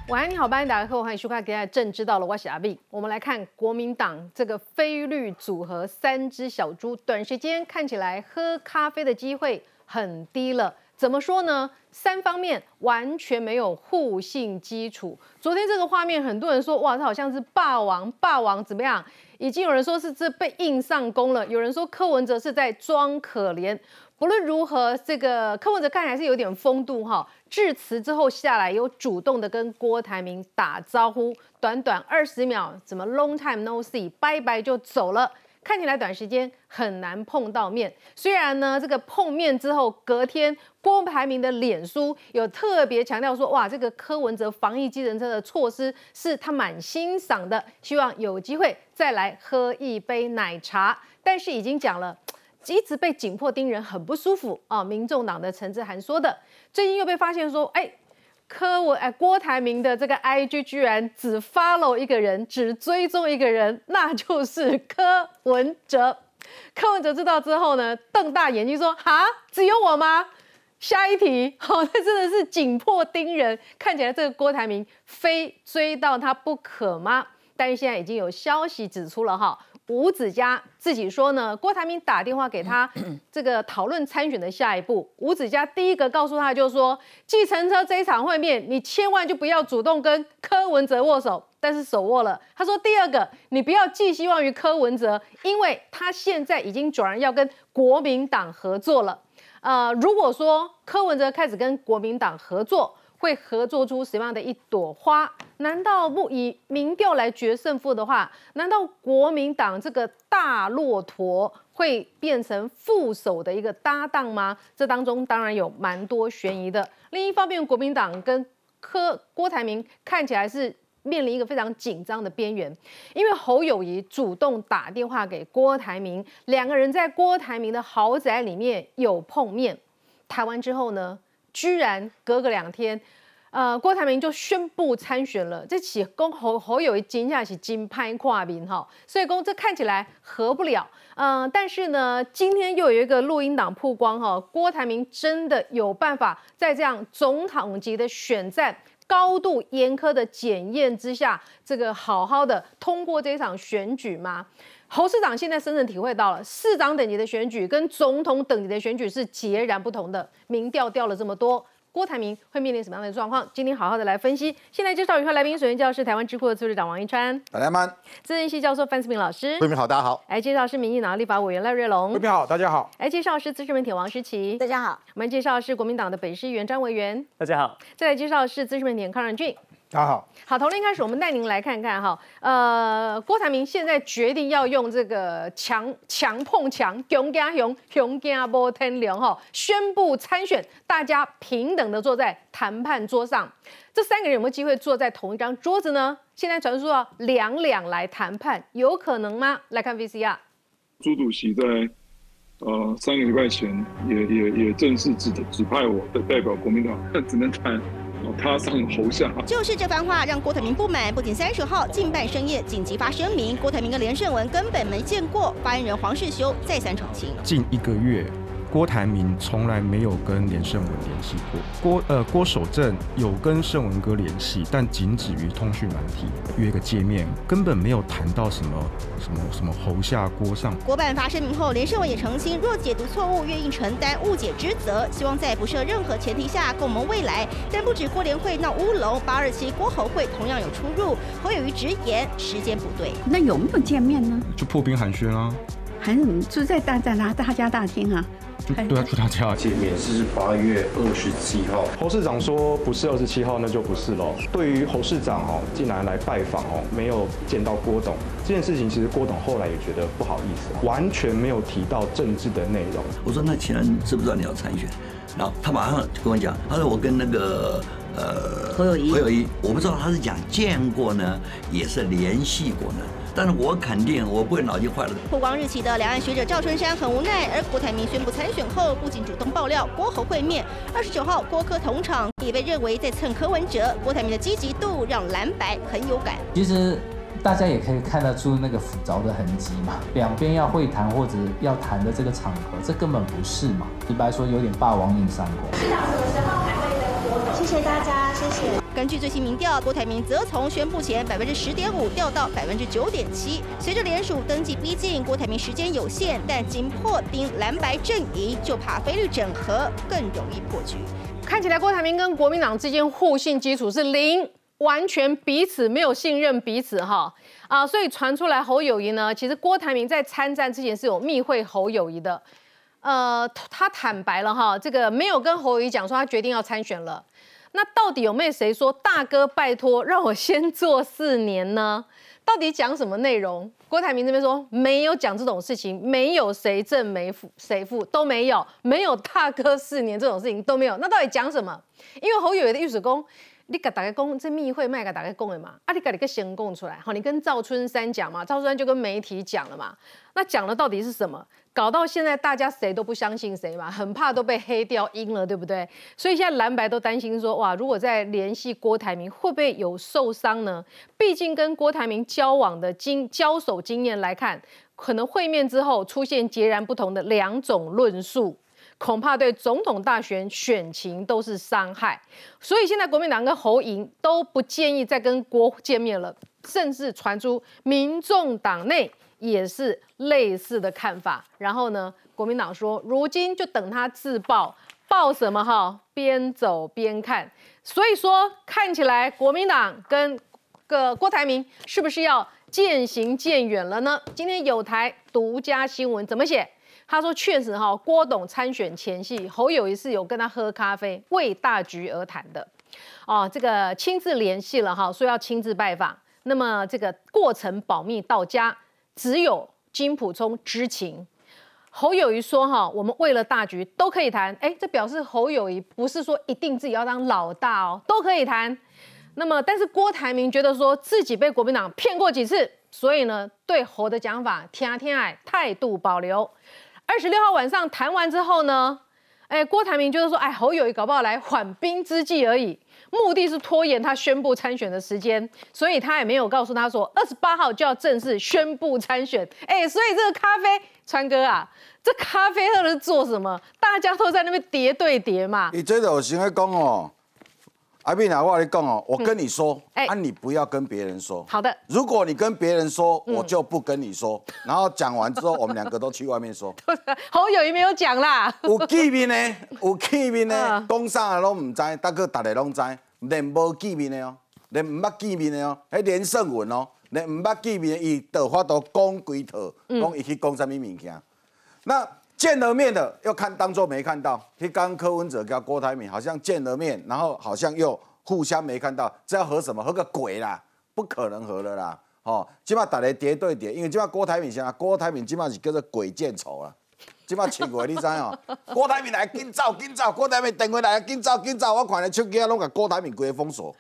晚安，你好，大家好，欢迎收看《今天的政知道了》，我是阿 B。我们来看国民党这个非绿组合三只小猪，短时间看起来喝咖啡的机会很低了。怎么说呢？三方面完全没有互信基础。昨天这个画面，很多人说哇，这好像是霸王怎么样？已经有人说是这被硬上弓了，有人说柯文哲是在装可怜。不论如何，这个柯文哲看起来是有点风度哈。致辞之后下来，有主动的跟郭台铭打招呼，短短20秒，怎么 long time no see， 拜拜就走了。看起来短时间很难碰到面。虽然呢，这个碰面之后，隔天郭台铭的脸书有特别强调说，哇，这个柯文哲防疫计程车的措施是他蛮欣赏的，希望有机会再来喝一杯奶茶。但是已经讲了。一直被紧迫盯人，很不舒服啊！民众党的陈志涵说的，最近又被发现说，郭台铭的这个 IG 居然只 follow 一个人，只追踪一个人，那就是柯文哲。柯文哲知道之后呢，瞪大眼睛说：“哈，只有我吗？”下一题，这真的是紧迫盯人，看起来这个郭台铭非追到他不可吗？但是现在已经有消息指出了哈。吴子嘉自己说呢，郭台铭打电话给他，这个讨论参选的下一步。吴子嘉第一个告诉他就是说，计程车这一场会面，你千万就不要主动跟柯文哲握手，但是手握了。他说第二个，你不要寄希望于柯文哲，因为他现在已经转而要跟国民党合作了。如果说柯文哲开始跟国民党合作，会合作出什么样的一朵花？难道不以民调来决胜负的话，难道国民党这个大骆驼会变成副手的一个搭档吗？这当中当然有蛮多悬疑的。另一方面，国民党跟郭台铭看起来是面临一个非常紧张的边缘，因为侯友宜主动打电话给郭台铭，两个人在郭台铭的豪宅里面有碰面。台湾之后呢？居然隔个2天，郭台铭就宣布参选了。这起公侯友宜真的是金拍跨名哈，所以这看起来合不了。但是呢，今天又有一个录音档曝光哈，郭台铭真的有办法在这样总统级的选战高度严苛的检验之下，这个好好的通过这一场选举吗？侯市长现在深深体会到了，市长等级的选举跟总统等级的选举是截然不同的。民调掉了这么多，郭台铭会面临什么样的状况？今天好好的来分析。现在介绍与会来宾，首先介绍是台湾智库的助理长王一川， 大家好； 资深系教授范思平老师， 各位好，大家好； 来介绍是民进党立法委员赖瑞隆， 各位好，大家好； 来介绍是资深媒体王诗琪， 大家好； 我们介绍是国民党的北市议员张维元， 大家好； 再来介绍是资深媒体人康仁俊。 大家好， 好，从零开始，我们带您来看看哈。郭台铭现在决定要用这个强碰强，熊加熊加波天良哈，宣布参选，大家平等的坐在谈判桌上。这3个人有没有机会坐在同一张桌子呢？现在传说要两来谈判，有可能吗？来看 VCR。 朱主席在3个礼拜前也正式指派我的代表国民党，只能谈。踏上侯下， 就是这番话让郭台铭不满，不仅30号近半深夜紧急发声明，郭台铭跟连胜文根本没见过。发言人黄世修再三澄清， 近1个月，郭台铭从来没有跟连胜文联系过。郭守正有跟胜文哥联系，但仅止于通讯软体约个见面，根本没有谈到什么侯下郭上。 郭办发声明后，连胜文也澄清，若解读错误，愿意承担误解之责，希望在不设任何前提下共谋未来。但不止郭联会闹乌龙，827郭侯会同样有出入。侯友宜直言时间不对， 那有没有见面呢？ 就破冰寒暄啊， 还是就在大家大厅啊？ 对啊，去他家见面是8月27号。 侯市长说不是27号，那就不是喽。对于侯市长竟然来拜访没有见到郭董这件事情，其实郭董后来也觉得不好意思，完全没有提到政治的内容。 我说那请问知不知道你要参选？然后他马上就跟我讲，他说我跟那个侯友宜， 我不知道他是讲见过呢，也是联系过呢。但是我肯定我不会脑筋坏了。 曝光日期的两岸学者赵春山很无奈，而郭台铭宣布参选后，不仅主动爆料郭侯会面，29号郭柯同场，也被认为在蹭柯文哲。郭台铭的积极度让蓝白很有感。 其实大家也可以看得出那个复杂的痕迹嘛，两边要会谈或者要谈的这个场合，这根本不是嘛。直白说，有点霸王硬上弓。 市长什么时候还会跟郭董？谢谢大家，谢谢。 根据最新民调，郭台铭则从宣布前10.5%掉到9.7%。随着联署登记逼近，郭台铭时间有限，但经破冰蓝白阵营，就怕非绿整合更容易破局。 看起来郭台铭跟国民党之间互信基础是0，完全彼此没有信任彼此哈所以传出来侯友宜呢，其实郭台铭在参战之前是有密会侯友宜的，他坦白了哈，这个没有跟侯友宜讲说他决定要参选了。那到底有没有谁说大哥拜托让我先做4年呢？到底讲什么内容？郭台铭这边说没有讲这种事情，没有谁正谁负都没有，没有大哥4年这种事情都没有。那到底讲什么？因为侯友宜的意思说，你跟大家讲这密会卖给大家讲的嘛，你跟你个先讲出来，好，你跟赵春山讲嘛，赵春山就跟媒体讲了嘛，那讲的到底是什么？搞到现在大家谁都不相信谁嘛，很怕都被黑掉阴了，对不对？所以现在蓝白都担心说，哇，如果再联系郭台铭，会不会有受伤呢？毕竟跟郭台铭交往的交手经验来看，可能会面之后出现截然不同的2种论述。恐怕对总统大选选情都是伤害，所以现在国民党跟侯莹都不建议再跟郭见面了，甚至传出民众党内也是类似的看法。然后呢，国民党说，如今就等他自爆，爆什么哈？边走边看。所以说，看起来国民党跟郭台铭是不是要渐行渐远了呢？今天有台独家新闻怎么写？他说：“确实哈，郭董参选前夕，侯友宜是有跟他喝咖啡，为大局而谈的，这个亲自联系了哈，说要亲自拜访。那么这个过程保密到家，只有金溥聪知情。侯友宜说哈，我们为了大局都可以谈，这表示侯友宜不是说一定自己要当老大哦，都可以谈。那么，但是郭台铭觉得说自己被国民党骗过几次，所以呢，对侯的讲法听爱态度保留。26号晚上谈完之后呢，郭台铭就是说，侯友宜搞不好来缓兵之计而已，目的是拖延他宣布参选的时间，所以他也没有告诉他说28号就要正式宣布参选。所以这个咖啡，川哥啊，这咖啡喝的是做什么？大家都在那边叠对叠嘛。 你这有想要讲哦。阿碧娜，我跟你讲哦，我跟你说，你不要跟别人说。 好的。 如果你跟别人说，我就不跟你说。然后讲完之后，我们2个都去外面说。 侯友宜没有讲啦。 有见面呢，有见面呢，讲啥都唔知，大家大家拢知，连无见面的哦，连唔捌见面的哦，迄连胜文哦，连唔捌见面的，伊就法度讲几套，讲伊去讲啥物物件。那见了面的又当作没看到，去刚柯文哲跟郭台铭好像见了面，然后好像又互相没看到，这要合什么？合个鬼啦，不可能合了啦！即马大家叠对叠，因为即马郭台铭啥？郭台铭即马是叫做鬼见愁啦。即马7月你知哦？郭台铭来紧走紧走，郭台铭电话来紧走紧走，我看咧手机啊拢甲郭台铭规个封锁。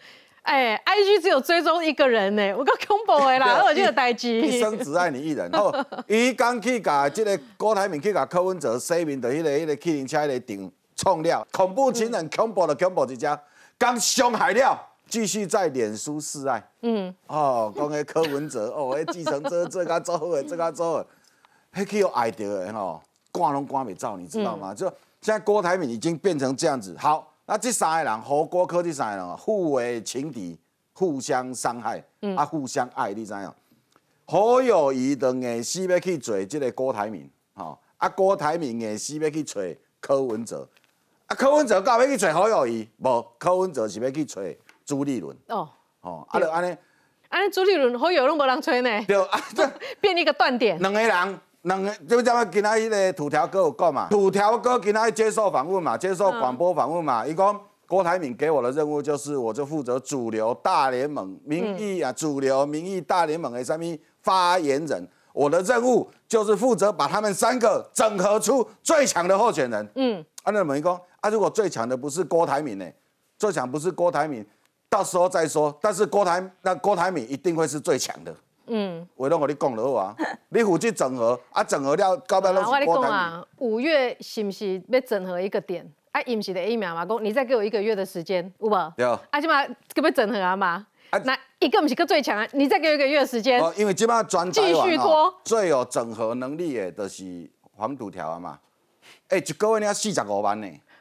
IG 只有追踪1个人呢，我够恐怖的啦，我就有代志。 一生只爱你一人。伊刚去甲这个郭台铭去甲柯文哲声明的迄个汽灵车迄个顶创了，恐怖情人，恐怖的恐怖一家，刚伤害了，继续在脸书示爱。讲迄柯文哲迄计程车这个做好的，这个做好的，迄去有爱到的赶拢赶袂走，你知道吗？就现在郭台铭已经变成这样子，好。那这3个人，侯郭柯这3个人互为情敌，互相伤害，互相爱，你知影？侯友宜就硬死要去找这个郭台铭，郭台铭硬死要去找柯文哲，柯文哲到要去找侯友宜，无柯文哲是要去找朱立伦。就安尼朱立伦、侯友宜拢无人找呢。对变一个断点。 2个人。就这样，今仔迄个土条哥有讲嘛，土条哥今仔接受访问嘛，接受广播访问嘛，伊讲郭台铭给我的任务就是，我就负责主流大联盟民意主流民意大联盟的什么发言人，我的任务就是负责把他们3个整合出最强的候选人。那问伊讲如果最强的不是郭台铭呢？最强不是郭台铭，到时候再说。但是郭台铭一定会是最强的。话拢跟你讲就好啊，你负责整合，整合了到尾拢是郭台铭。 5月是不是要整合一个点？伊不是在email嘛，讲你再给我1个月的时间，有无？有。即马可不整合啊嘛？那一个不是个最强啊，你再给我1个月的时间。 因为即马全台湾最有整合能力的，就是黄土条啊嘛。1个月领45万呢，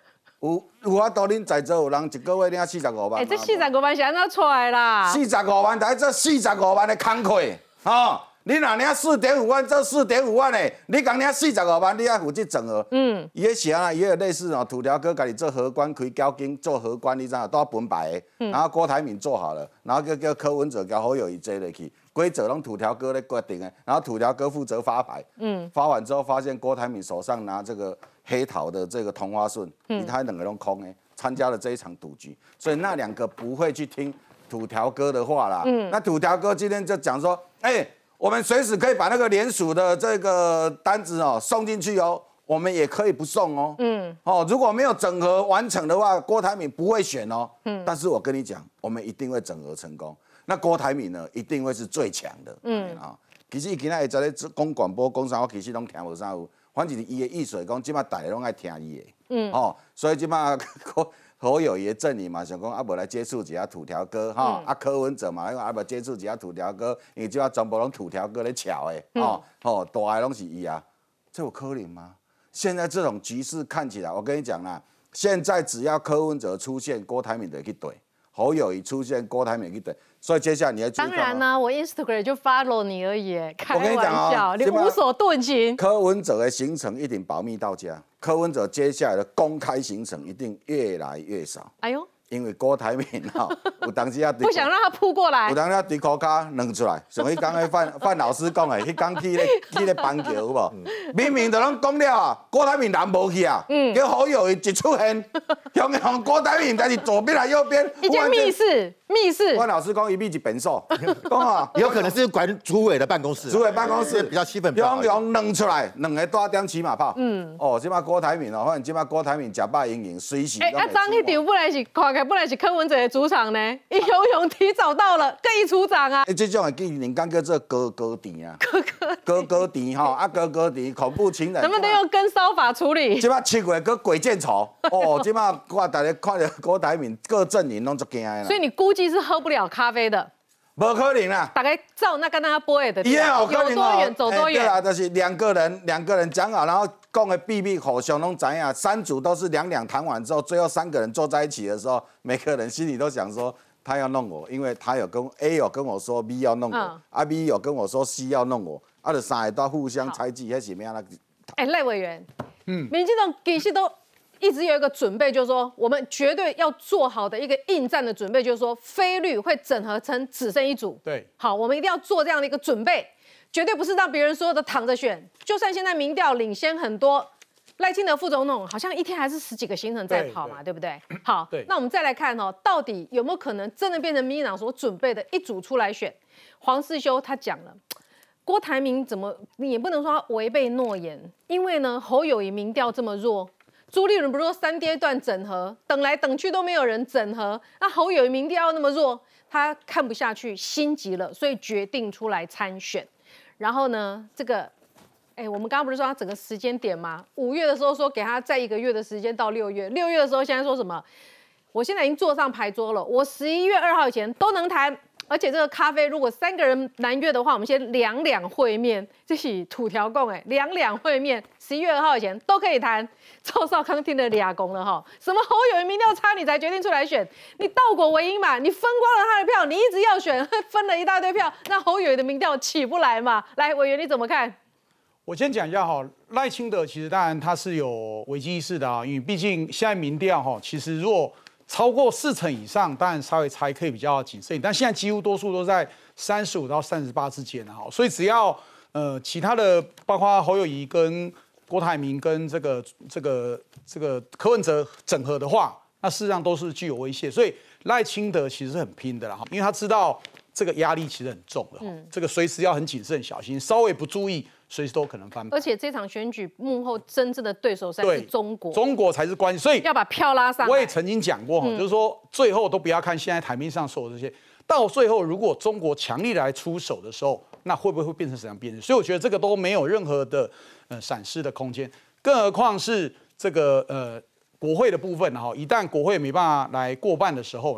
有法度恁在座有人一个月领45万。 这45万是安怎出来啦 ？45万才做45万的工课，哦。你若领4.5万做4.5万的，你讲领45万，你要负责整合。伊迄时啊，伊有类似哦，土条哥家己做荷官开交金做荷官，你知道都要本白的。然后郭台铭做好了，然后叫柯文哲、叫侯友宜坐落去，规则拢土条哥咧决定的。然后土条哥负责发牌。发完之后发现郭台铭手上拿这个黑桃的这个同花顺，他两个拢空的，参加了这一场赌局，所以那2个不会去听土条哥的话啦。那土条哥今天就讲说，我们随时可以把那个联署的这个单子送进去哦，我们也可以不送哦。如果没有整合完成的话，郭台铭不会选哦。但是我跟你讲，我们一定会整合成功。那郭台铭呢，一定会是最强的。其实伊今仔在咧讲广播讲啥，我其实拢听无啥有。反正伊的意思是讲，即马大家拢爱听伊的。所以即马侯友宜阵营嘛，想讲无来接触一下土条哥柯文哲嘛，无接触一下土条哥，因为即马全部拢土条哥咧巧的，大个拢是伊啊，这有可能吗？现在这种局势看起来，我跟你讲啦，现在只要柯文哲出现，郭台铭就去对；侯友宜出现，郭台铭去对。所以接下来你要当然呢，我 Instagram 就 follow 你而已，开玩笑，你无所遁形。 柯文哲的行程一定保密到家，柯文哲接下来的公开行程一定越来越少。哎呦，因为郭台铭有当时不想让他扑过来， 有当时对口卡扔出来，像迄刚个范老师讲的，迄刚去咧板桥有无？明明就拢讲了啊，郭台铭人无去啊，叫侯友宜一出现，向郭台铭但是左边还右边， 一间密室。 范老师讲伊秘一本所，讲啊， 有可能是管主委的办公室， 主委办公室比较气氛。 用扔出来，2个大点起马炮。即马郭台铭反正即马郭台铭食饱盈盈，随时。 张迄场本来是看起来本来是柯文哲的主场呢，伊永提早到了，更一出场啊。 这种的技能讲叫做哥哥店啊，哥哥店哥哥店恐怖情人。 能不能用跟骚法处理？ 即马7月个鬼见愁即马我大家看着郭台铭各阵营拢足惊的啦。 所以你估计是喝不了咖啡的。 不可能啦！ 大概照那跟他播的， 有多远走多远。 对啦，就是两个人讲好，然后讲的秘密互相拢知影，3组都是2谈完之后，最后3个人坐在一起的时候，每个人心里都想说他要弄我，因为他有跟 A 有跟我说 B 要弄我，B 有跟我说 C 要弄我，就3个都互相猜忌，那是咩啊？ 赖委员，民进党其实都一直有一个准备，就是说我们绝对要做好的一个应战的准备，就是说非绿会整合成只剩一组。 对， 好，我们一定要做这样的一个准备，绝对不是让别人说的躺着选。就算现在民调领先很多，赖清德副总统好像一天还是10几个行程在跑嘛，对不对？好，那我们再来看到底有没有可能真的变成民进党所准备的一组出来选？黄世修他讲了。郭台铭你也不能说他违背诺言，因为呢侯友宜民调这么弱，朱立伦不是说3阶段整合，等来等去都没有人整合，那侯友宜民调那么弱，他看不下去，心急了，所以决定出来参选。然后呢，我们刚刚不是说他整个时间点吗？5月的时候说给他再1个月的时间到6月，6月的时候现在说什么？我现在已经坐上牌桌了，我11月2号以前都能谈。而且这个咖啡，如果3个人难约的话，我们先2会面，这是土条共2会面，11月2号以前都可以谈。赵少康听了俩公了哈，什么侯友宜民调差你才决定出来选，你倒果为因嘛，你分光了他的票，你一直要选，分了一大堆票，那侯友宜的民调起不来嘛？来，委员你怎么看？ 我先讲一下哈，赖清德其实当然他是有危机意识的啊，因为毕竟现在民调哈，其实如果超过40%以上，当然稍微才可以比较谨慎，但现在几乎多数都在35到38之间哈，所以只要其他的包括侯友宜跟郭台铭跟这个柯文哲整合的话，那事实上都是具有威胁，所以赖清德其实是很拼的啦，因为他知道这个压力其实很重的，这个随时要很谨慎小心，稍微不注意。随时都可能翻盘， 而且这场选举幕后真正的对手才是中国， 中国才是关键，所以要把票拉上来。 我也曾经讲过，就是说最后都不要看现在台面上所有这些，到最后如果中国强力来出手的时候，那会不会变成什么样变化？所以我觉得这个都没有任何的闪失的空间，更何况是这个国会的部分哈，一旦国会没办法来过半的时候，那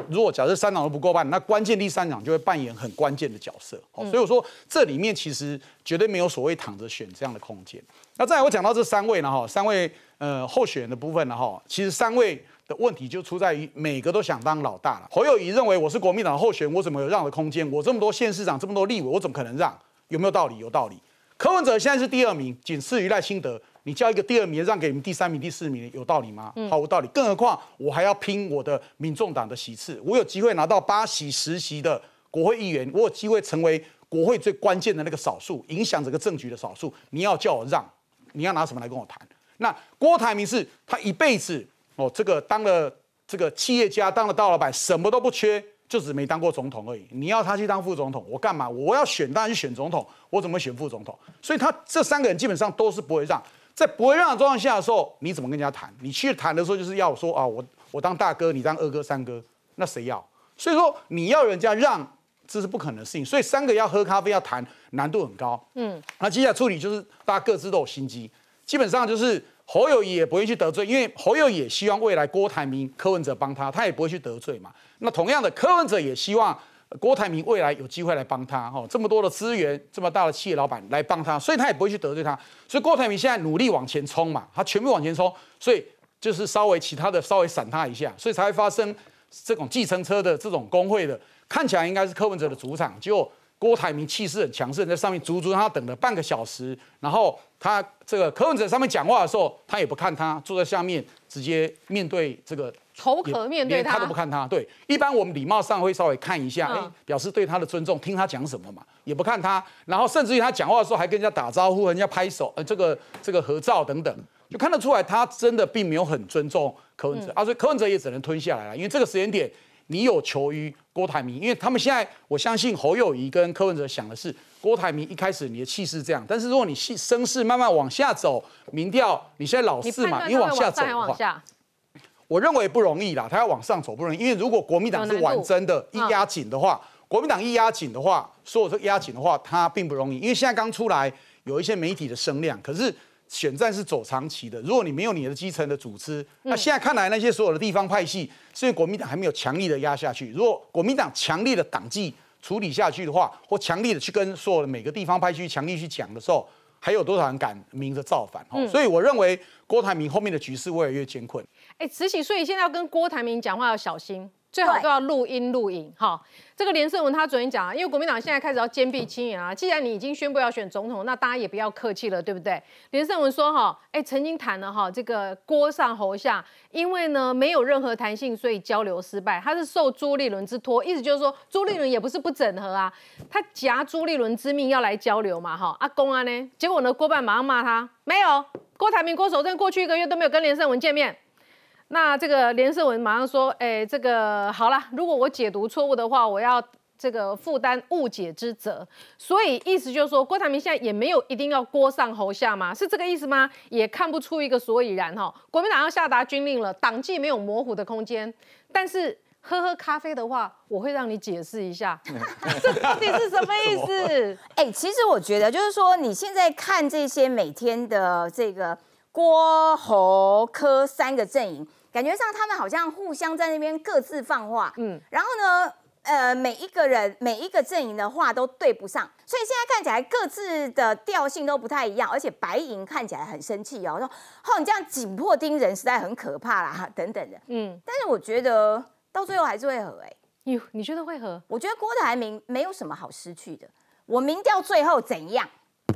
如果假设3党都不过半，那关键第3党就会扮演很关键的角色。所以我说这里面其实绝对没有所谓躺着选这样的空间。那再来我讲到这3位呢，3位候选人的部分呢，其实3位的问题就出在于每个都想当老大了。侯友宜认为我是国民党的候选人，我怎么有让的空间？我这么多县市长，这么多立委，我怎么可能让？有没有道理？有道理。柯文哲现在是第2名，仅次于赖清德。你叫一个第2名让给你们第3名、第4名，有道理吗？毫无道理。更何况我还要拼我的民众党的席次，我有机会拿到8席、10席的国会议员，我有机会成为国会最关键的那个少数，影响整个政局的少数。你要叫我让，你要拿什么来跟我谈？那郭台铭是他一辈子这个当了这个企业家，当了大老板，什么都不缺。就只没当过总统而已。你要他去当副总统，我干嘛？我要选，当然去选总统，我怎么选副总统？所以他这3个人基本上都是不会让。在不会让的状况下的时候，你怎么跟人家谈？你去谈的时候就是要我说啊，我当大哥，你当2哥、3哥，那谁要？所以说你要人家让，这是不可能的事情。所以3个要喝咖啡要谈，难度很高。那接下来处理就是大家各自都有心机，基本上就是侯友宜也不会去得罪，因为侯友宜也希望未来郭台铭、柯文哲帮他，他也不会去得罪嘛。那同样的，柯文哲也希望郭台铭未来有机会来帮他，这么多的资源，这么大的企业老板来帮他，所以他也不会去得罪他。所以郭台铭现在努力往前冲嘛，他全部往前冲，所以就是其他的稍微闪他一下，所以才会发生这种计程车的这种工会的，看起来应该是柯文哲的主场，结果郭台铭气势很强盛，在上面足足让他等了半个小时，然后他这个柯文哲上面讲话的时候，他也不看他，坐在下面直接面对这个。 口渴面对他， 他都不看他。对，一般我们礼貌上会稍微看一下，表示对他的尊重，听他讲什么嘛，也不看他。然后甚至于他讲话的时候还跟人家打招呼，人家拍手，这个合照等等，就看得出来他真的并没有很尊重柯文哲，所以柯文哲也只能吞下来了。因为这个时间点，你有求于郭台铭，因为他们现在我相信侯友宜跟柯文哲想的是，郭台铭一开始你的气势这样，但是如果你声势慢慢往下走，民调你现在老4嘛，你往下走的话。我认为不容易啦，他要往上走不容易，因为如果国民党是玩真的，一压紧的话，国民党一压紧的话，所有这压紧的话，他并不容易，因为现在刚出来有一些媒体的声量，可是选战是走长期的，如果你没有你的基层的组织，那现在看来那些所有的地方派系，是因为国民党还没有强力的压下去，如果国民党强力的党纪处理下去的话，或强力的去跟所有的每个地方派系强力去讲的时候，还有多少人敢明着造反？所以我认为郭台铭后面的局势越来越艰困。 慈禧，所以现在要跟郭台铭讲话要小心，最好都要录音录影。哈，这个连胜文他昨天讲啊，因为国民党现在开始要坚壁清野啊，既然你已经宣布要选总统，那大家也不要客气了，对不对？连胜文说哈，曾经谈了哈，这个郭上侯下，因为呢没有任何弹性，所以交流失败。他是受朱立伦之托，意思就是说朱立伦也不是不整合啊，他夹朱立伦之命要来交流嘛，哈。公安呢，结果呢郭办马上骂他，没有，郭台铭、郭守正过去1个月都没有跟连胜文见面。那这个连胜文马上说，这个好了，如果我解读错误的话，我要这个负担误解之责。所以意思就是说，郭台铭现在也没有一定要郭上侯下吗？是这个意思吗？也看不出一个所以然哈。国民党要下达军令了，党纪没有模糊的空间，但是喝咖啡的话，我会让你解释一下，这到底是什么意思？ 其实我觉得就是说，你现在看这些每天的这个郭侯柯3个阵营。感觉上他们好像互相在那边各自放话，然后呢，每一个人每一个阵营的话都对不上，所以现在看起来各自的调性都不太一样，而且白营看起来很生气哦，说你这样紧迫盯人实在很可怕啦，等等的，但是我觉得到最后还是会合你觉得会合？ 我觉得郭台铭没有什么好失去的，我民调最后怎样？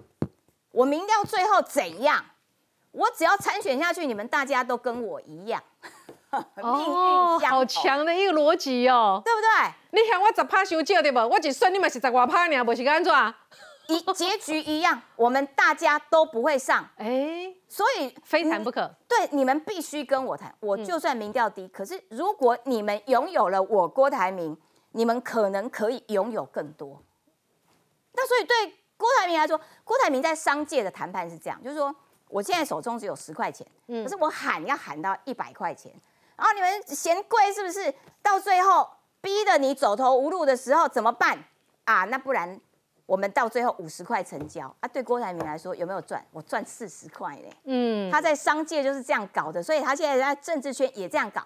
我只要参选下去，你们大家都跟我一样，命运相同。 好强的一个逻辑哦， 对不对？ 你向我10%伤少对不？我一算你嘛是10多%呢，不是安怎？ 结局一样，我们大家都不会上，所以非谈不可。 对，你们必须跟我谈。我就算民调低，可是如果你们拥有了我郭台铭，你们可能可以拥有更多。那所以对郭台铭来说，郭台铭在商界的谈判是这样，就是说。我现在手中只有10块钱，可是我要喊到100块钱，然后你们嫌贵是不是？到最后逼得你走投无路的时候怎么办啊？那不然我们到最后50块成交啊？对郭台铭来说有没有赚？我赚40块嘞。他在商界就是这样搞的，所以他现在在政治圈也这样搞。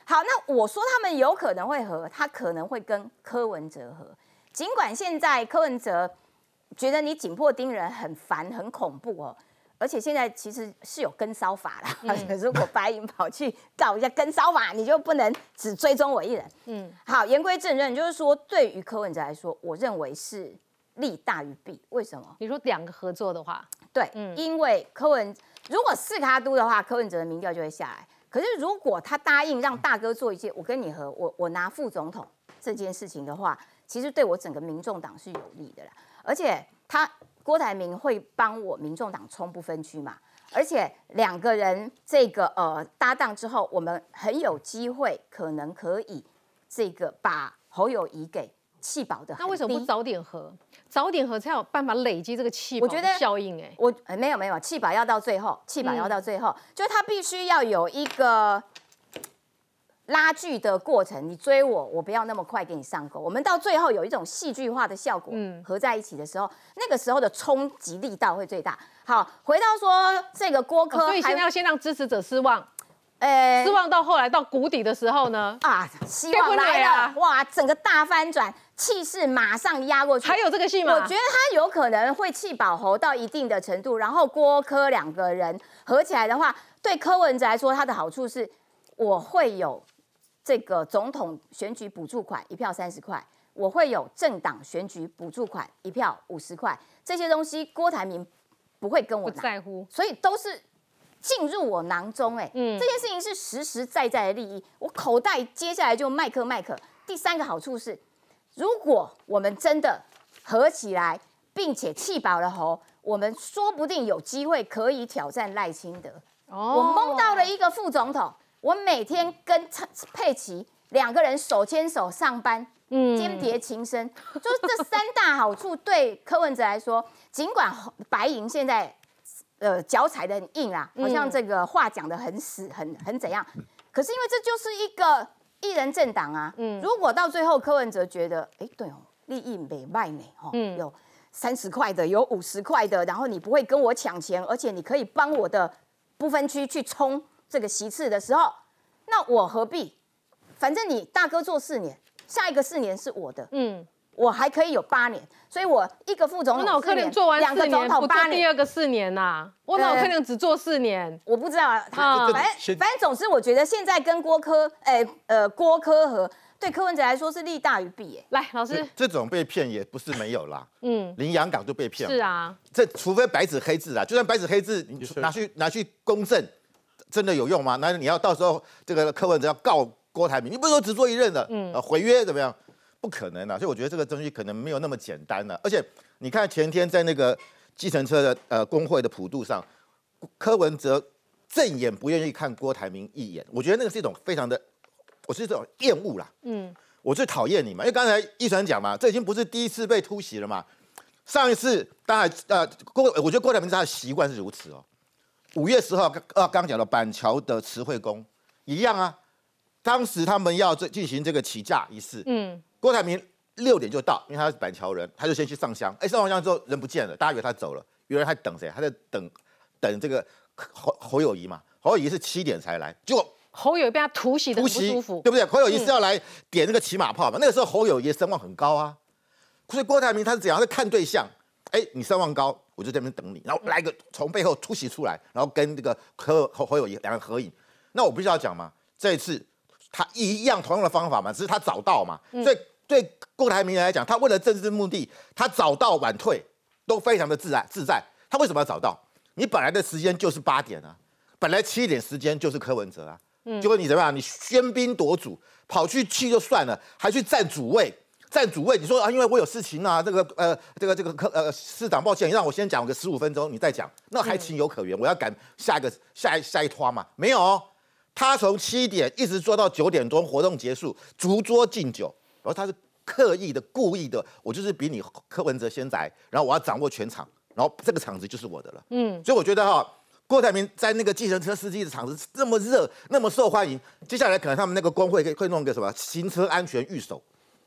好，那我说他们有可能会合，他可能会跟柯文哲合，尽管现在柯文哲觉得你紧迫盯人很烦很恐怖哦。而且现在其实是有跟骚法啦，如果白银跑去告一下跟骚法，你就不能只追踪我一人。好，言归正传，就是说对于柯文哲来说，我认为是利大于弊。为什么？ 你说2个合作的话， 对，因为如果4卡都的话，柯文哲的民调就会下来。可是如果他答应让大哥做一件，我跟你合，我拿副总统这件事情的话，其实对我整个民众党是有利的啦，而且郭台铭会帮我民众党冲不分区嘛，而且2个人这个搭档之后，我们很有机会可能可以这个把侯友宜给弃保的。 那为什么不早点合？早点合才有办法累积这个弃保的效应。 没有，弃保要到最后，就是他必须要有一个拉锯的过程，你追我，我不要那么快给你上钩。我们到最后有一种戏剧化的效果，合在一起的时候，那个时候的冲击力道会最大。好，回到说这个郭柯， 所以现在要先让支持者失望，失望到后来到谷底的时候呢？ 希望来了，哇，整个大翻转，气势马上压过去。 还有这个戏吗？ 我觉得他有可能会弃保侯到一定的程度，然后郭柯2个人合起来的话，对柯文哲来说，他的好处是我会有这个总统选举补助款1票30块，我会有政党选举补助款1票50块，这些东西郭台铭不会跟我拿， 不在乎， 所以都是进入我囊中。这件事情是实实在在的利益，我口袋接下来就麦克。第3个好处是，如果我们真的合起来，并且弃保了侯，我们说不定有机会可以挑战赖清德。我蒙到了一个副总统。我每天跟佩琦2个人手牵手上班，间谍情深，就是这3大好处对柯文哲来说，尽管白银现在脚踩得很硬啦，好像这个话讲得很死，很怎样，可是因为这就是一个一人政党啊，如果到最后柯文哲觉得，对哦，利益没卖呢，有30块的，有50块的，然后你不会跟我抢钱，而且你可以帮我的不分区去冲这个席次的时候，那我何必？反正你大哥做4年，下一个4年是我的，我还可以有8年，所所以1个副总统4年， 我哪有可能做完4年， 2个总统8年， 第2个4年呐？我哪有可能只做4年？ 我不知道，反正总之，我觉得现在跟郭柯合对柯文哲来说是利大于弊。 来，老师， 这种被骗也不是没有啦。林洋港就被骗了。 是啊， 这除非白纸黑字啦，就算白纸黑字，你拿去公证。真的有用吗？那你要到时候这个柯文哲要告郭台铭，你不是说只做1任的，毁约怎么样？不可能啊！所以我觉得这个东西可能没有那么简单了。而且你看前天在那个计程车的工会的普渡上，柯文哲正眼不愿意看郭台铭一眼，我觉得那个是一种非常的，我是这种厌恶啦。我最讨厌你嘛，因为刚才一传讲嘛，这已经不是第一次被突袭了嘛。上一次当然我觉得郭台铭他的习惯是如此哦。5月10号刚讲的板桥的慈惠宫一样啊，当时他们要进行这个起驾仪式，郭台铭6点就到，因为他是板桥人，他就先去上香，上完香之后人不见了，大家以为他走了，原来他等谁？他在等这个侯友宜嘛，侯友宜是7点才来，结果侯友宜被他突袭的不舒服， 对不对？侯友宜是要来点那个骑马炮嘛，那个时候侯友宜声望很高啊，所以郭台铭他是怎样？他看对象，你声望高。我就在那边等你，然后来个从背后突袭出来，然后跟这个侯友宜2人合影。那我必须要讲嘛，这一次他一样同样的方法嘛，只是他早到嘛。所以对郭台铭来讲，他为了政治目的，他早到晚退都非常的自在。他为什么要早到？你本来的时间就是8点啊，本来7点时间就是柯文哲啊。结果你怎么样？你喧宾夺主，跑去就算了，还去占主位。你说啊，因为我有事情啊，这个市长，抱歉，让我先讲个15分钟，你再讲，那还情有可原。我要赶下一拖嘛，没有哦，他从7点一直做到9点钟，活动结束，逐桌敬酒，然后他是刻意的、故意的，我就是比你柯文哲先来，然后我要掌握全场，然后这个场子就是我的了。所以我觉得郭台铭在那个计程车司机的场子那么热，那么受欢迎，接下来可能他们那个工会会弄个什么行车安全御守啊。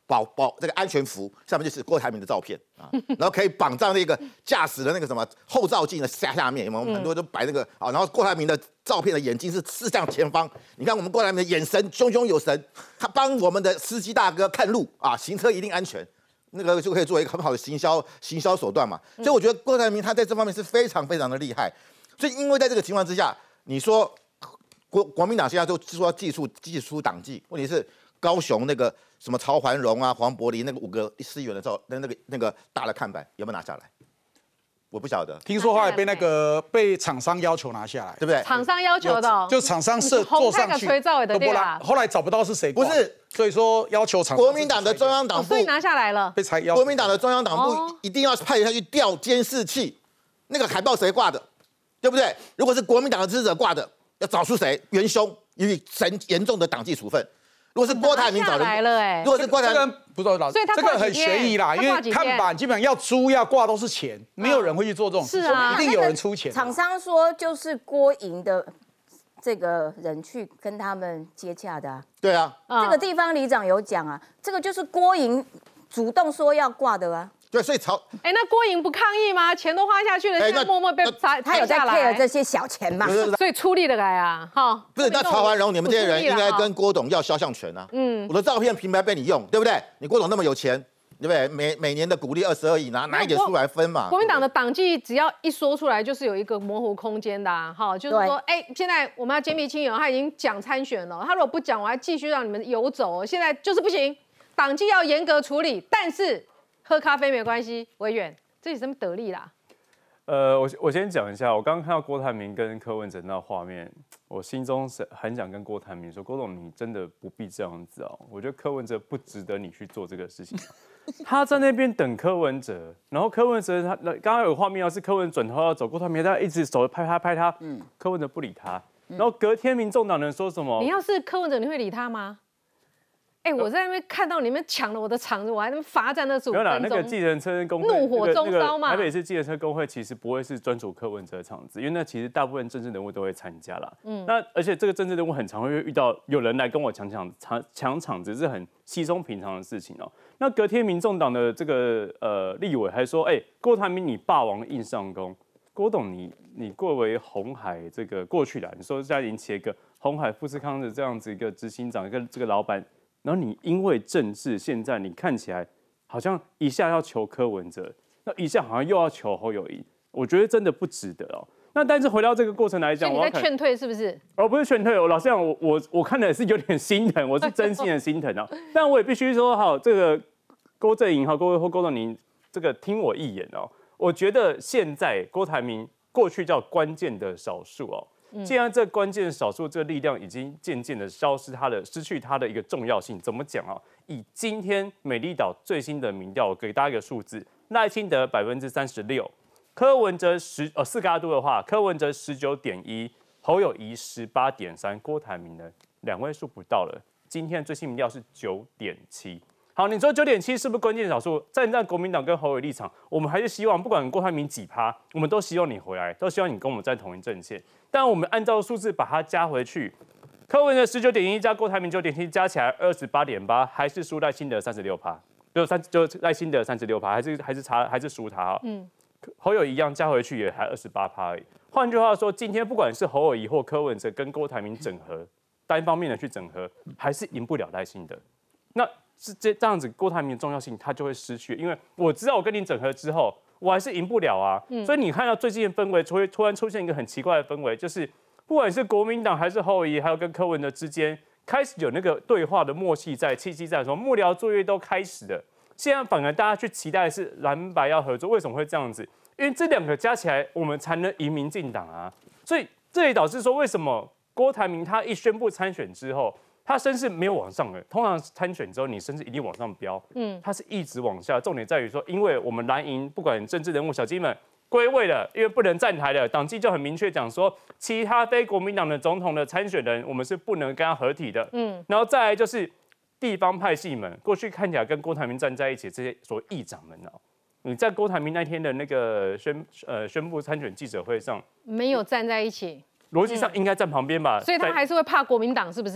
这个安全服，上面就是郭台铭的照片啊，然后可以绑在那个驾驶的那个什么后照镜的下面，有没有？很多都摆那个啊，然后郭台铭的照片的眼睛是刺向前方，你看我们郭台铭的眼神炯炯有神，他帮我们的司机大哥看路啊，行车一定安全。那个就可以作为一个很好的行销手段嘛，所以我觉得郭台铭他在这方面是非常非常的厉害。所以因为在这个情况之下，你说国民党现在就说祭出党纪，问题是高雄那个什么曹环荣啊、黄柏林那个5个市议员的那个大的看板有没有拿下来？我不晓得， 听说后来被厂商要求拿下来， 对不对？ 厂商要求的， 就厂商做上去， 都不拿， 后来找不到是谁， 不是， 所以说要求厂商。 国民党的中央党部所以拿下来了， 被拆。 国民党的中央党部一定要派下去调监视器，那个海报谁挂的，对不对？如果是国民党的支持者挂的，要找出谁元凶，予以严重的党纪处分。如果是郭台铭找来了，哎， 如果是郭台铭， 不知道， 所以他这个很悬疑啦，因为看板基本上要租要挂都是钱，没有人会去做这种事，一定有人出钱。 厂商说就是郭营的这个人去跟他们接洽的啊。 对啊， 这个地方里长有讲啊，这个就是郭营主动说要挂的啊。 对，所以那郭营不抗议吗？钱都花下去了，现在默默被他有在 care 这些小钱嘛？ 所以出力的来啊，哈。 不是，那曹环荣，你们这些人应该跟郭董要肖像权啊。我的照片平白被你用，对不对？你郭董那么有钱，对不对？每年的股利22亿，拿一点出来分嘛。 国民党的党纪只要一说出来，就是有一个模糊空间的，哈，就是说，现在我们要坚壁清野，他已经讲参选了，他如果不讲，我还继续让你们游走，现在就是不行，党纪要严格处理，但是。喝咖啡没关系，委员，这有什么得力啦？ 我先讲一下，我刚刚看到郭台铭跟柯文哲那画面，我心中是很想跟郭台铭说，郭董你真的不必这样子哦，我觉得柯文哲不值得你去做这个事情。他在那边等柯文哲，然后柯文哲他刚刚有画面是柯文哲转头要走，郭台铭他一直手拍他，柯文哲不理他，然后隔天民众党人说什么？ 你要是柯文哲，你会理他吗？我在那边看到你们抢了我的场子，我还能罚站那15分钟。 没有啦，那个计程车工会怒火中烧嘛。 台北市计程车工会其实不会是专属柯文哲的场子，因为那其实大部分政治人物都会参加啦。那而且这个政治人物很常会遇到有人来跟我抢场子，是很稀松平常的事情哦。那隔天民众党的这个立委还说，郭台铭你霸王硬上弓，郭董你过为鸿海这个过去啦，你说现在引起一个鸿海富士康的这样子一个执行长跟这个老板。然后你因为政治，现在你看起来好像一下要求柯文哲，那一下好像又要求侯友宜，我觉得真的不值得哦。那但是回到这个过程来讲， 你在劝退是不是？ 不是劝退，老实讲，我看的是有点心疼，我是真心的心疼哦。但我也必须说，好，这个郭正营和郭董，您这个听我一言哦。我觉得现在郭台铭过去叫关键的少数哦。既然这关键少数这个力量已经渐渐的失去它的一个重要性，怎么讲啊？以今天美丽岛最新的民调，我给大家一个数字：赖清德36%，柯文哲四个阿都的话，柯文哲19.1%，侯友宜18.3%，郭台铭呢2位数不到了。今天最新民调是9.7%。好，你说9.7是不是关键少数？站在国民党跟侯友宜立场，我们还是希望，不管郭台铭几趴，我们都希望你回来，都希望你跟我们站同一阵线。但我们按照数字把它加回去，柯文哲19.1加郭台铭9.7加起来28.8，还是输赖清德36%，就赖清德36%，还是输他。侯友宜一样加回去也还28%而已。换句话说，今天不管是侯友宜或柯文哲跟郭台铭整合，单方面的去整合，还是赢不了赖清德。那是这样子，郭台铭的重要性他就会失去，因为我知道我跟你整合之后，我还是赢不了啊。所以你看到最近的氛围，突然出现一个很奇怪的氛围，就是不管是国民党还是侯友宜，还有跟柯文哲之间，开始有那个对话的默契在，契机在，什么幕僚作业都开始了。现在反而大家去期待的是蓝白要合作，为什么会这样子？因为这两个加起来，我们才能赢民进党啊。所以这也导致说，为什么郭台铭他一宣布参选之后，他声势没有往上的，通常参选之后，你声势一定往上飙，他是一直往下。重点在于说，因为我们蓝营不管政治人物小鸡们归位了，因为不能站台了，党纪就很明确讲说，其他非国民党的总统的参选人，我们是不能跟他合体的。然后再来就是地方派系们，过去看起来跟郭台铭站在一起，这些所谓议长们哦，你在郭台铭那天的那个宣布参选记者会上， 没有站在一起， 逻辑上应该站旁边吧？ 所以他还是会怕国民党，是不是？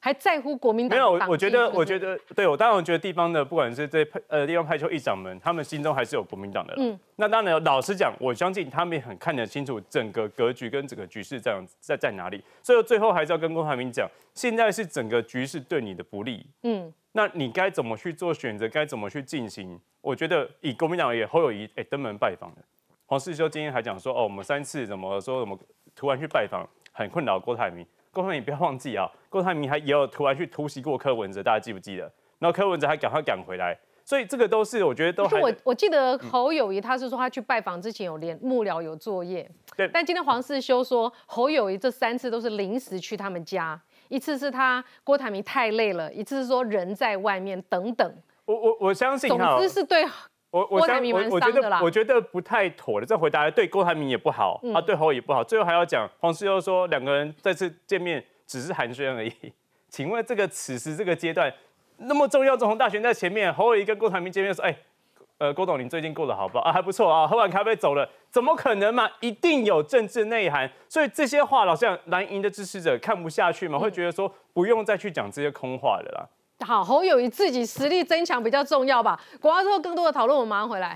还在乎国民党？ 没有，我觉得，对我当然觉得地方的不管是这地方派系议长们，他们心中还是有国民党的。那当然，老实讲，我相信他们也很看得清楚整个格局跟整个局势这样在哪里。所以最后还是要跟郭台铭讲，现在是整个局势对你的不利。那你该怎么去做选择？该怎么去进行？我觉得以国民党也侯友宜登门拜访的，黄世修今天还讲说，我们3次怎么突然去拜访，很困扰郭台铭。郭台铭不要忘记啊，郭台铭也有突然去突袭过柯文哲，大家记不记得？然后柯文哲还赶快赶回来，所以这个都是我觉得都还。 我记得侯友宜他是说他去拜访之前有幕僚有作业， 对。 但今天黄世修说侯友宜这3次都是临时去他们家，一次是他郭台铭太累了，一次是说人在外面等等。 我相信， 总之是对。郭台铭蛮伤的啦， 我觉得不太妥的。这回答对郭台铭也不好，对侯也不好。最后还要讲黄世修说两个人再次见面只是寒暄而已。请问此时这个阶段那么重要，总统大选在前面，侯友宜跟郭台铭见面说，郭董您最近过得好不好？还不错啊，喝完咖啡走了，怎么可能嘛？一定有政治内涵。所以这些话，老实讲，蓝营的支持者看不下去嘛，会觉得说不用再去讲这些空话了啦。 好，侯友宜自己实力增强比较重要吧。广告之后更多的讨论，我们马上回来。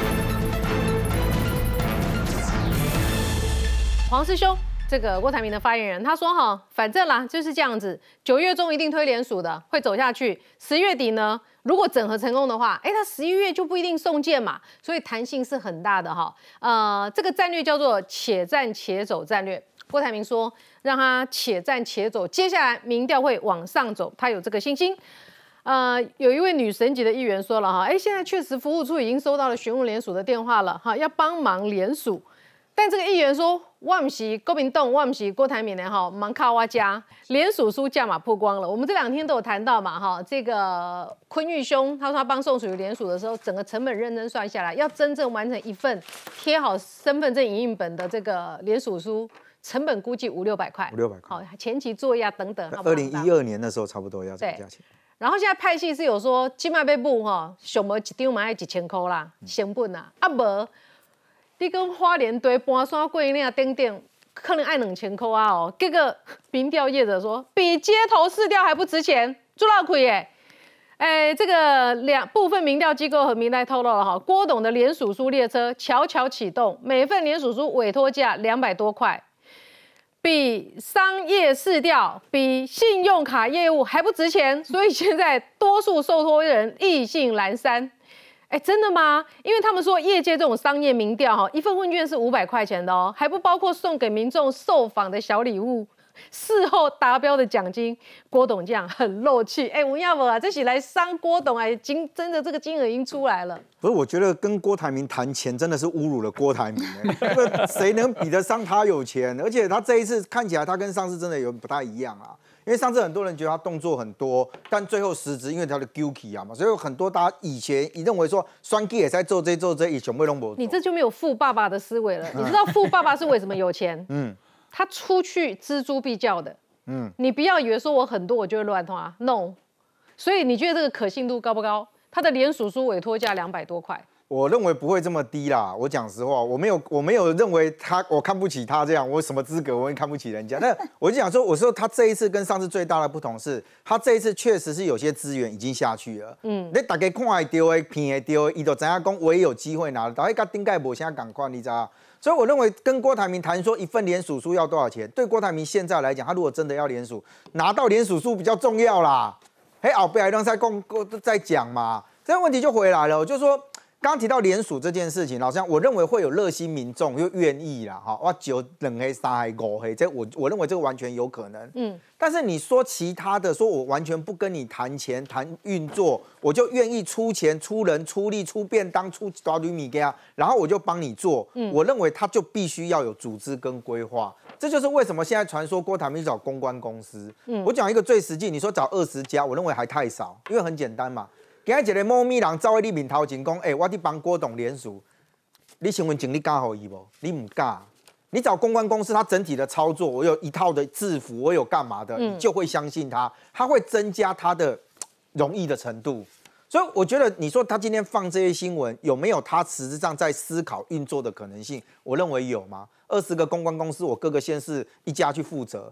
黄世修，这个郭台铭的发言人，他说反正啦就是这样子，9月中一定推联署的，会走下去。10月底呢，如果整合成功的话，他11月就不一定送件嘛，所以弹性是很大的哈。这个战略叫做且战且走战略。郭台铭说，让他且战且走，接下来民调会往上走，他有这个信心。有一位女神级的议员说了现在确实服务处已经收到了询问联署的电话了要帮忙联署。但这个议员说，我不是国民党，我不是郭台铭的忙靠我家，联署书价码曝光了。我们这2天都有谈到嘛这个坤玉兄他说他帮宋楚瑜联署的时候，整个成本认真算下来，要真正完成一份贴好身份证影印本的这个联署书。成本估计500-600块 ，500-600块， 好，前期作业等等。 2012年的时候差不多要这个价钱。 然后现在派系是有说，今麦要补上无一张嘛要1000块啦，成本啦，无你跟花莲堆搬山过岭等等，可能要2000块结果民调业者说，比街头市调还不值钱，做老亏耶。这个部分民调机构和民代透露了郭董的联署书列车悄悄启动，每份联署书委托价200多块。比商业市调、比信用卡业务还不值钱，所以现在多数受托人意兴阑珊。真的吗？因为他们说业界这种商业民调一份问卷是500块钱的还不包括送给民众受访的小礼物。事后达标的奖金，郭董这样很漏气。文亚博这是来伤郭董真的这个金额已经出来了。 不是，我觉得跟郭台铭谈钱真的是侮辱了郭台铭这个谁能比得上他有钱？而且他这一次看起来他跟上次真的有不太一样啊。因为上次很多人觉得他动作很多，但最后实质因为他的 guilty 嘛，所以有很多大家以前认为说双 G 也在做这，也全部都没有。 你这就没有富爸爸的思维了。你知道富爸爸是为什么有钱？他出去锱铢必较的，你不要以为说我很多我就会乱花 ，no。所以你觉得这个可信度高不高？他的联署书委托价200多块， 我认为不会这么低啦。我讲实话，我没有认为我看不起他这样，我什么资格我会看不起人家？但我就讲说，我说他这一次跟上次最大的不同是，他这一次确实是有些资源已经下去了。你大家看会到的、骗会到的，伊就知影讲我也有机会拿，大家跟顶届无啥共款，你知道？所以我认为跟郭台铭谈说一份联署书要多少钱，对郭台铭现在来讲，他如果真的要联署，拿到联署书比较重要啦。后边还让再讲嘛，这个问题就回来了，就是说。刚刚提到联署这件事情，老实讲，我认为会有热心民众又愿意啦，我9两黑3黑5黑，这我认为这个完全有可能。但是你说其他的，说我完全不跟你谈钱谈运作，我就愿意出钱出人出力出便当出大堆米给他，然后我就帮你做。我认为他就必须要有组织跟规划，这就是为什么现在传说郭台铭找公关公司。我讲一个最实际，你说找20家，我认为还太少，因为很简单嘛。今日一个猫咪人走在你面头前讲，我去帮郭董联署，你请问经理敢给伊无？你唔敢。你找公关公司，他整体的操作，我有一套的制服，我有干嘛的，你就会相信他，他会增加他的容易的程度。所以我觉得，你说他今天放这些新闻，有没有他实质上在思考运作的可能性？我认为有吗？20个公关公司，我各个县市一家去负责。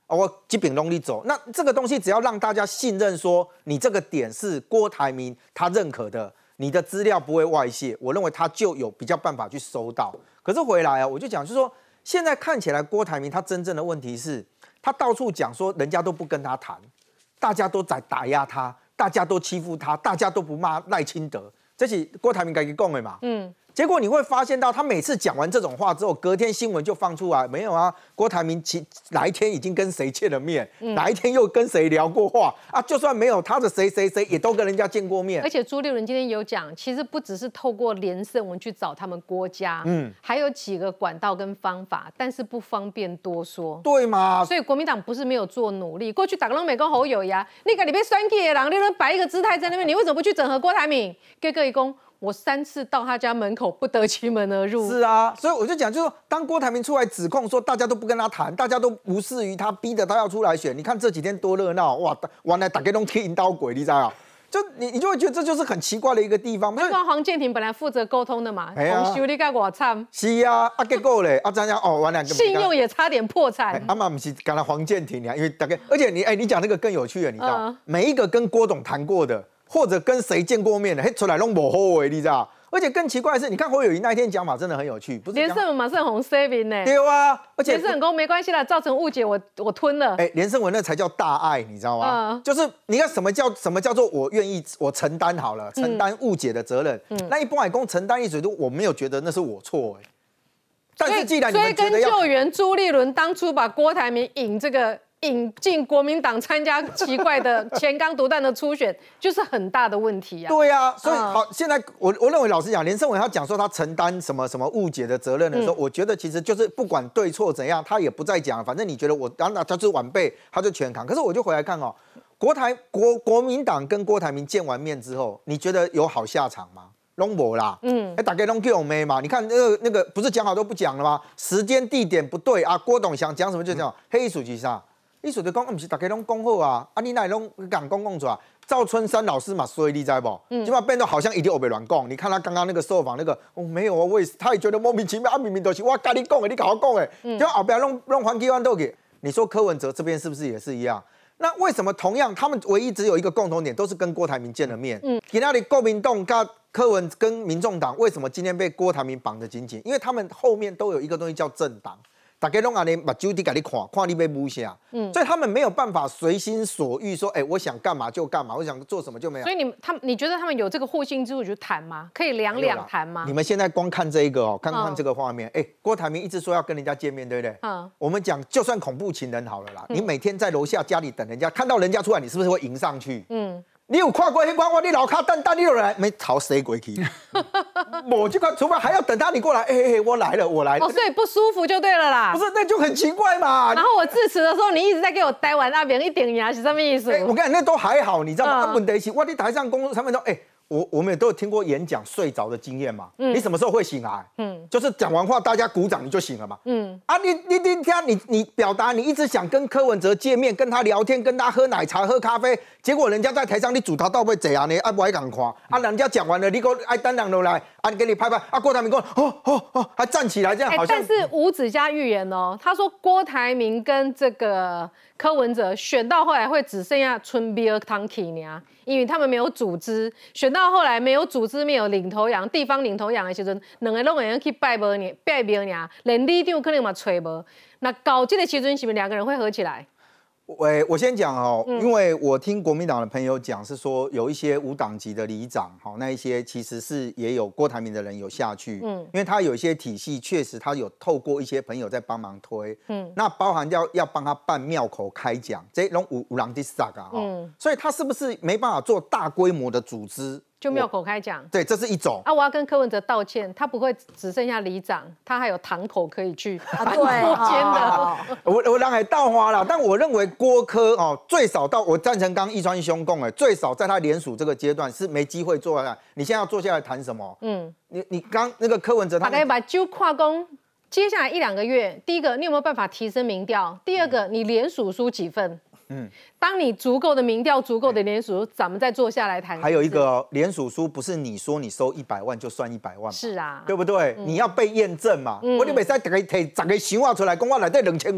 我基本拢你走。那这个东西只要让大家信任，说你这个点是郭台铭他认可的，你的资料不会外泄，我认为他就有比较办法去收到。可是回来啊，我就讲，就是说现在看起来郭台铭他真正的问题是，他到处讲说人家都不跟他谈，大家都在打压他，大家都欺负他，大家都不骂赖清德，这是郭台铭自己讲的嘛。结果你会发现到，他每次讲完这种话之后，隔天新闻就放出来，没有啊，郭台铭哪一天已经跟谁见了面，哪一天又跟谁聊过话啊？就算没有他的谁也都跟人家见过面。 而且朱立伦今天有讲，其实不只是透过连胜文去找他们郭家，还有几个管道跟方法，但是不方便多说。 对嘛？ 所以国民党不是没有做努力，过去打个龙美跟侯友宜，你个你被选起的人，你都摆一个姿态在那边，你为什么不去整合郭台铭？结果一公。我3次到他家门口不得其门而入。 是啊，所以我就讲，就是说，当郭台铭出来指控说大家都不跟他谈，大家都无视于他，逼着他要出来选，你看这几天多热闹哇！原来大家都去引导鬼，你知道吗？就你就会觉得这就是很奇怪的一个地方。 难怪黄建庭本来负责沟通的嘛，洪修你该我惨。 是啊，结果嘞，怎样哦？原来信用也差点破产。 嘛不是刚才黄建庭啊，因为大概，而且你讲那个更有趣的，你知道，每一个跟郭董谈过的。或者跟谁见过面的，出来拢无好话，你知道？而且更奇怪的是，你看侯友宜那一天讲法真的很有趣，不是？ 连胜文马上红 saving 呢？ 对啊，而且连胜文说没关系啦，造成误解我吞了。 连胜文那才叫大爱，你知道吗？就是你看什么叫做我愿意我承担好了，承担误解的责任。那一般来讲承担一水都我没有觉得那是我错但是既然你们觉得所以跟救援朱立伦当初把郭台铭引进国民党参加奇怪的前刚独断的初选，就是很大的问题啊。 对啊，所以好，现在我认为老实讲，连胜文他讲说他承担什么误解的责任的时候，我觉得其实就是不管对错怎样，他也不再讲，反正你觉得我他就是晚辈，他就全扛。可是我就回来看哦，国民党跟郭台铭见完面之后，你觉得有好下场吗？拢无啦，大家拢叫妹嘛。你看那个不是讲好都不讲了吗？时间地点不对啊，郭董想讲什么就讲，黑属是啥？意思就讲，不是大家拢讲好啊，你哪拢敢讲出来？赵春山老师嘛，所以你知不？今晚变得好像一定被乱讲。你看他刚刚那个受访那个，没有啊，他也觉得莫名其妙啊，明明都是我跟你讲的，你搞我讲的，就后边弄还给完都给。你说柯文哲这边是不是也是一样？那为什么同样他们唯一只有一个共同点，都是跟郭台铭见了面？给那里国民党跟柯文跟民众党为什么今天被郭台铭绑得紧紧？因为他们后面都有一个东西叫政党。大家拢安尼把酒滴给你看你要买啥，所以他们没有办法随心所欲说，我想干嘛就干嘛，我想做什么就没有。 所以你觉得他们有这个互信之处去谈吗？可以两谈吗？ 你们现在光看这一个看这个画面，郭台铭一直说要跟人家见面，对不对？我们讲就算恐怖情人好了啦，你每天在楼下家里等人家，看到人家出来，你是不是会迎上去？你有跨过黑关我你老卡等你有人来没朝谁过去？我这个除非还要等他你过来，我来了。 所以不舒服就对了啦。 不是，那就很奇怪嘛。 然后我致辞的时候，你一直在给我呆完那边一点牙是什么意思？ 我跟你那都还好，你知道吗？问题是，我在台上工作3分钟，我们也都有听过演讲睡着的经验嘛。你什么时候会醒来？就是讲完话大家鼓掌你就醒了嘛。你表达你一直想跟柯文哲见面，跟他聊天，跟他喝奶茶、喝咖啡，结果人家在台上你主他到底怎样呢？不爱敢看人家讲完了，你给我爱单人落来给你拍拍郭台铭说还站起来这样好像。 但是吴子嘉预言哦，他说郭台铭跟这个柯文哲选到后来会只剩下春边汤起呢，因为他们没有组织，选到后来没有组织，没有领头羊，地方领头羊的时阵，两个拢会去拜庙呢，连里长可能嘛找无。那搞这个时阵是不是2个人会合起来？ 我先讲因为我听国民党的朋友讲是说有一些无党籍的里长那一些其实是也有郭台铭的人有下去，因为他有一些体系确实他有透过一些朋友在帮忙推，那包含要帮他办庙口开讲，这拢有人在杀所以他是不是没办法做大规模的组织？ 就庙口开讲， 对，这是一种我要跟柯文哲道歉，他不会只剩下里长，他还有堂口可以去对间的。 我让还倒花了，但我认为郭柯最少到我赞成刚义川兄讲的，最少在他联署这个阶段是没机会做下来。你现在要坐下来谈什么？你刚那个柯文哲他大概把就跨工。接下来1-2个月，第一个你有没有办法提升民调？第二个你联署书几份？当你足够的民调、足够的联署，咱们再坐下来谈。 还有一个联署书，不是你说你收100万就算100万嘛？ 是啊， 对不对？你要被验证嘛。我就袂使提10个想法出来，讲我内底2000万，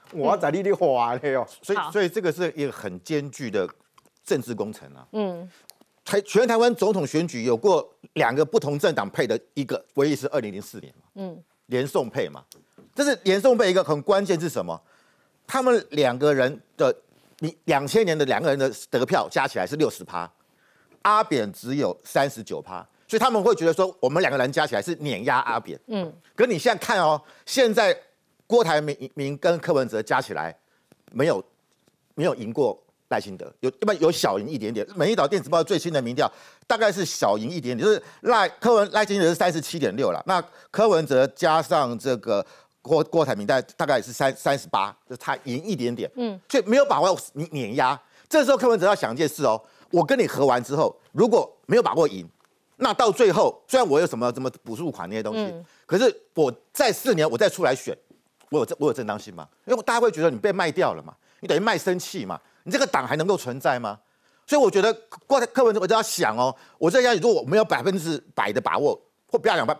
我要在你画的哦。 所以这个是一个很艰巨的政治工程啊。全台湾总统选举有过2个不同政党配的一个，唯一是2004年嘛，连宋配嘛。这是连宋配一个很关键是什么？他们2个人的2000年的2个人的得票加起来是60%，阿扁只有39%，所以他们会觉得说我们2个人加起来是碾压阿扁。可你现在看哦，现在郭台铭跟柯文哲加起来没有赢过赖清德，有小赢一点点。美丽岛电子报最新的民调大概是小赢一点点，就是赖清德是37.6了，那柯文哲加上这个郭台铭大概是38，就是他赢一点点。所以没有把握碾压。这时候柯文哲要想一件事哦，我跟你合完之后，如果没有把握赢，那到最后虽然我有什么补助款那些东西，可是我在4年我再出来选，我有正当性吗？因为大家会觉得你被卖掉了嘛，你等于卖身契嘛，你这个党还能够存在吗？所以我觉得柯文哲我就要想哦，我这样如果我没有100%的把握，或不要讲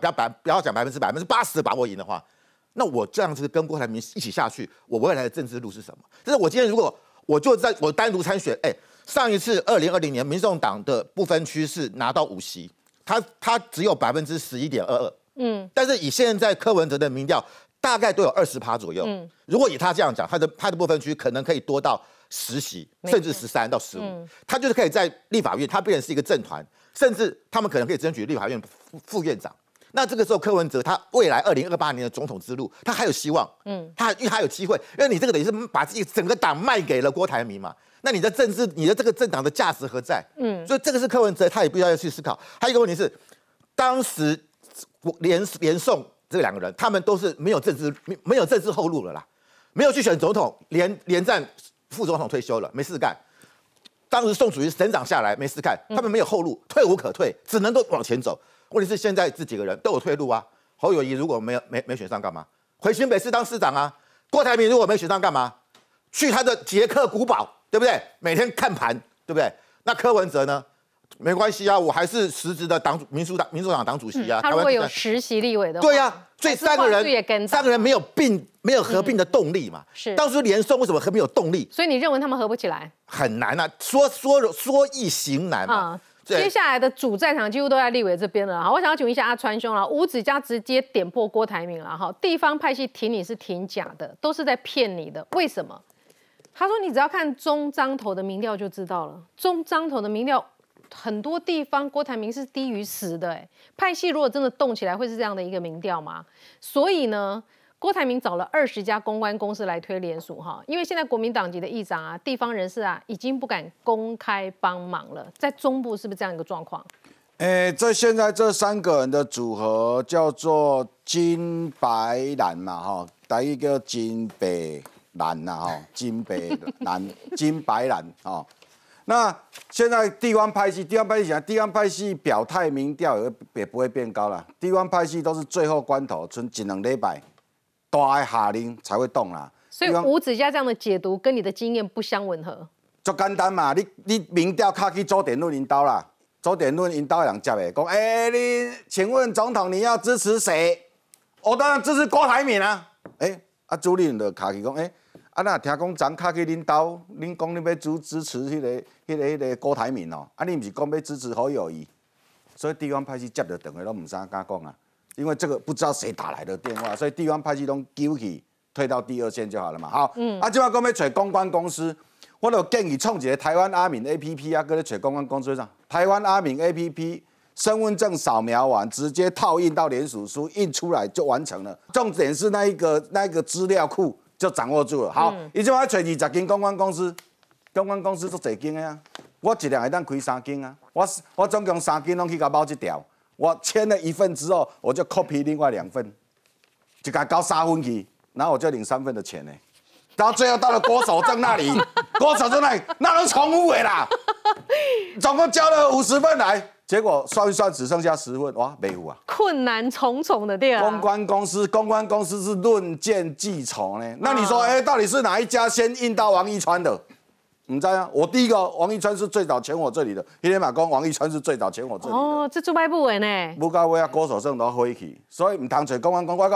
80%的把握赢的话，那我这样子跟郭台铭一起下去，我未来的政治路是什么？但是我今天如果我单独参选，上一次2020年民众党的不分区是拿到5席，他只有11.22%，但是以现在柯文哲的民调，大概都有20%左右。如果以他这样讲，他的不分区可能可以多到10席，甚至13到15，他就是可以在立法院，他变成是一个政团，甚至他们可能可以争取立法院副院长。那这个时候，柯文哲他未来2028年的总统之路，他还有希望，因为他有机会，因为你这个等于是把自己整个党卖给了郭台铭嘛，那你的这个政党的价值何在？所以这个是柯文哲他也必须要去思考。还有一个问题是，当时连宋这2个人，他们都是没有政治后路了啦，没有去选总统，连战副总统退休了，没事干。当时宋楚瑜省长下来没事干，他们没有后路，退无可退，只能够往前走。问题是现在这几个人都有退路啊。侯友宜如果没选上干嘛？回新北市当市长啊。郭台铭如果没选上干嘛？去他的捷克古堡，对不对？每天看盘，对不对？那柯文哲呢？没关系啊，我还是实质的民主党党主席啊。 他如果有10席立委的话， 对呀，所以3个人没有合并的动力嘛。 是。 当初连宋为什么合并有动力？ 所以你认为他们合不起来？ 很难啊，说易行难嘛。 接下来的主战场几乎都在立委这边了哈，我想要请问一下阿川兄啦，吴子嘉直接点破郭台铭了哈，地方派系挺你是挺假的，都是在骗你的，为什么？他说你只要看中彰投的民调就知道了，中彰投的民调很多地方郭台铭是低于10的，派系如果真的动起来会是这样的一个民调吗？所以呢，郭台铭找了20家公关公司来推联署哈，因为现在国民党籍的议长啊、地方人士啊，已经不敢公开帮忙了。在中部是不是这样一个状况？ 现在这3个人的组合叫做金白蓝嘛哈，台语叫金白蓝呐哈，金白蓝、金白蓝哈。那现在地方派系表态民调也不会变高了，地方派系都是最后关头，剩1、2礼拜。大的下令才会动啦， 所以吴子嘉这样的解读跟你的经验不相吻合。 就简单嘛，你民调卡去周点论引导啦，周点论引导人接的，讲你请问总统你要支持谁？我当然支持郭台铭啊。朱立伦就卡去讲那听讲昨卡去恁兜，恁讲你要支持迄个郭台铭哦，你不是讲要支持侯友宜？所以地方派系接着电话都唔啥敢讲啊。因为这个不知道谁打来的电话，所以地方派系都丢起，退到第2线就好了嘛。好，今晚讲要找公关公司，我就建议创一个台湾阿敏 APP 啊，搁咧找公关公司上。台湾阿敏 APP 身份证扫描完，直接套印到联署书，印出来就完成了。重点是那一个资料库就掌握住了。好，伊今晚找20间公关公司，公关公司都侪间的啊。我一年会当开3间啊，我总共3间拢去甲包一条。我签了1份之后，我就 copy 另外2份，就给他交3份去，然后我就领3份的钱呢。然后最后到了郭守正那里，郭守正那里那都重复的啦，总共交了50份来，结果算一算只剩下10份，哇，没有啊， 困难重重的店。 公关公司是论件计酬呢。那你说，到底是哪一家先印到王一川的？你知道吗？我第一个王一川是最早签我这里的，那天马公王一川是最早签我这里的。 这做歹不稳呢。 不到尾啊，郭守正都回去，所以唔通找公关公司。我讲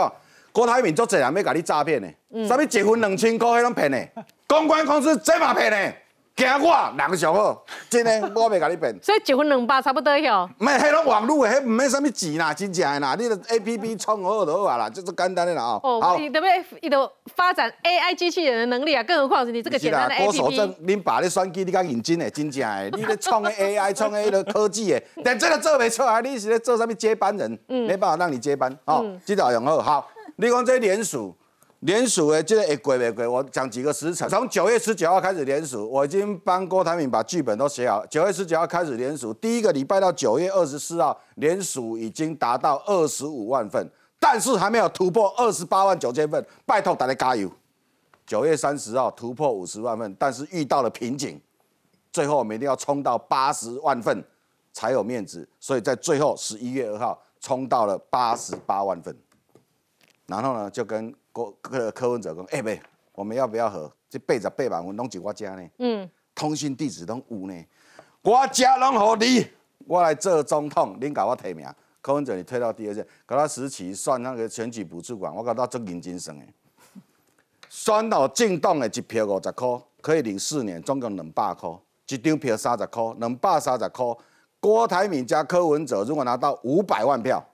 郭台铭足侪人要甲你诈骗的，啥物1分2000块，迄拢骗的。公关公司这嘛骗的，惊我人上好，真的我袂甲你骗。 所以1分200差不多哟。 唔系，迄拢网络的，迄唔免啥物钱啦，真正的啦，你的 APP 创好就好啊啦，就是简单的啦哦。 哦，伊都发展 AI 机器人的能力啊，更何况是你这个简单的 APP。 郭守正，恁爸咧选举，你较认真的，真正的，你咧创个 AI， 创个迄个科技的，连这个做袂出来，你是咧做啥物接班人？没办法让你接班哦，这条用好。好，你讲这联署的这个会过袂过？我讲几个时辰。从9月19号开始联署，我已经帮郭台铭把剧本都写好。9月19号开始联署，第一个礼拜到9月24号，联署已经达到25万份，但是还没有突破28万9千份。拜托大家加油！9月30号突破50万份，但是遇到了瓶颈，最后我们一定要冲到80万份才有面子，所以在最后11月2号冲到了88万份，然后呢就跟柯文哲讲，妹，我们要不要和这88万份拢是我家呢？通讯地址拢有呢，我家拢互你，我来做总统，恁甲我提名。柯文哲你推到第2届，搞到时期算那个选举补助款，我搞到足认真算的。选到政党的一票50块，可以领4年，总共200块，一张票30块，230块。郭台铭加柯文哲如果拿到500万票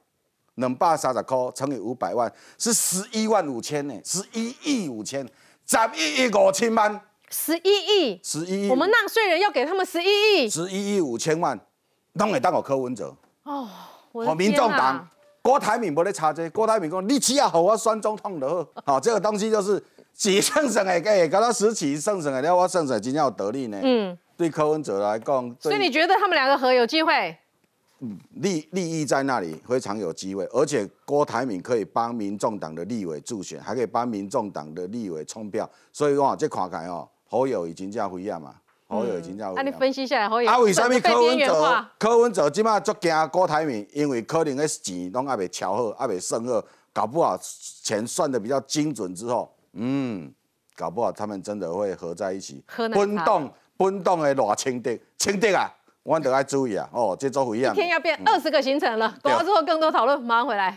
，230块乘以500万是11万5千呢，11亿5千，11亿5千万 ，11亿，11亿，我们纳税人要给他们11亿 ，11亿5千万，拢会当给柯文哲哦， 和民众党。郭台铭无咧差这，郭台铭讲你只要和我选总统就好，好，这个东西就是几胜胜的，搞到10起胜胜的，了我胜胜真正有得力呢。对柯文哲来讲， 所以你觉得他们2个合有机会？ 利益在那里非常有机会，而且郭台铭可以帮民众党的立委助选，还可以帮民众党的立委冲票，所以讲这看起来哦，侯友已经叫灰啊嘛，侯友已经叫灰。 你分析下来，侯友为什么柯文哲即马足惊郭台铭？因为可能个钱拢还没敲好，还没算好，搞不好钱算得比较精准之后，搞不好他们真的会合在一起，奔动的偌清德啊！我们都要注意啊！哦，这做回啊！ 一天要变20个行程了。广告之后更多讨论，马上回来。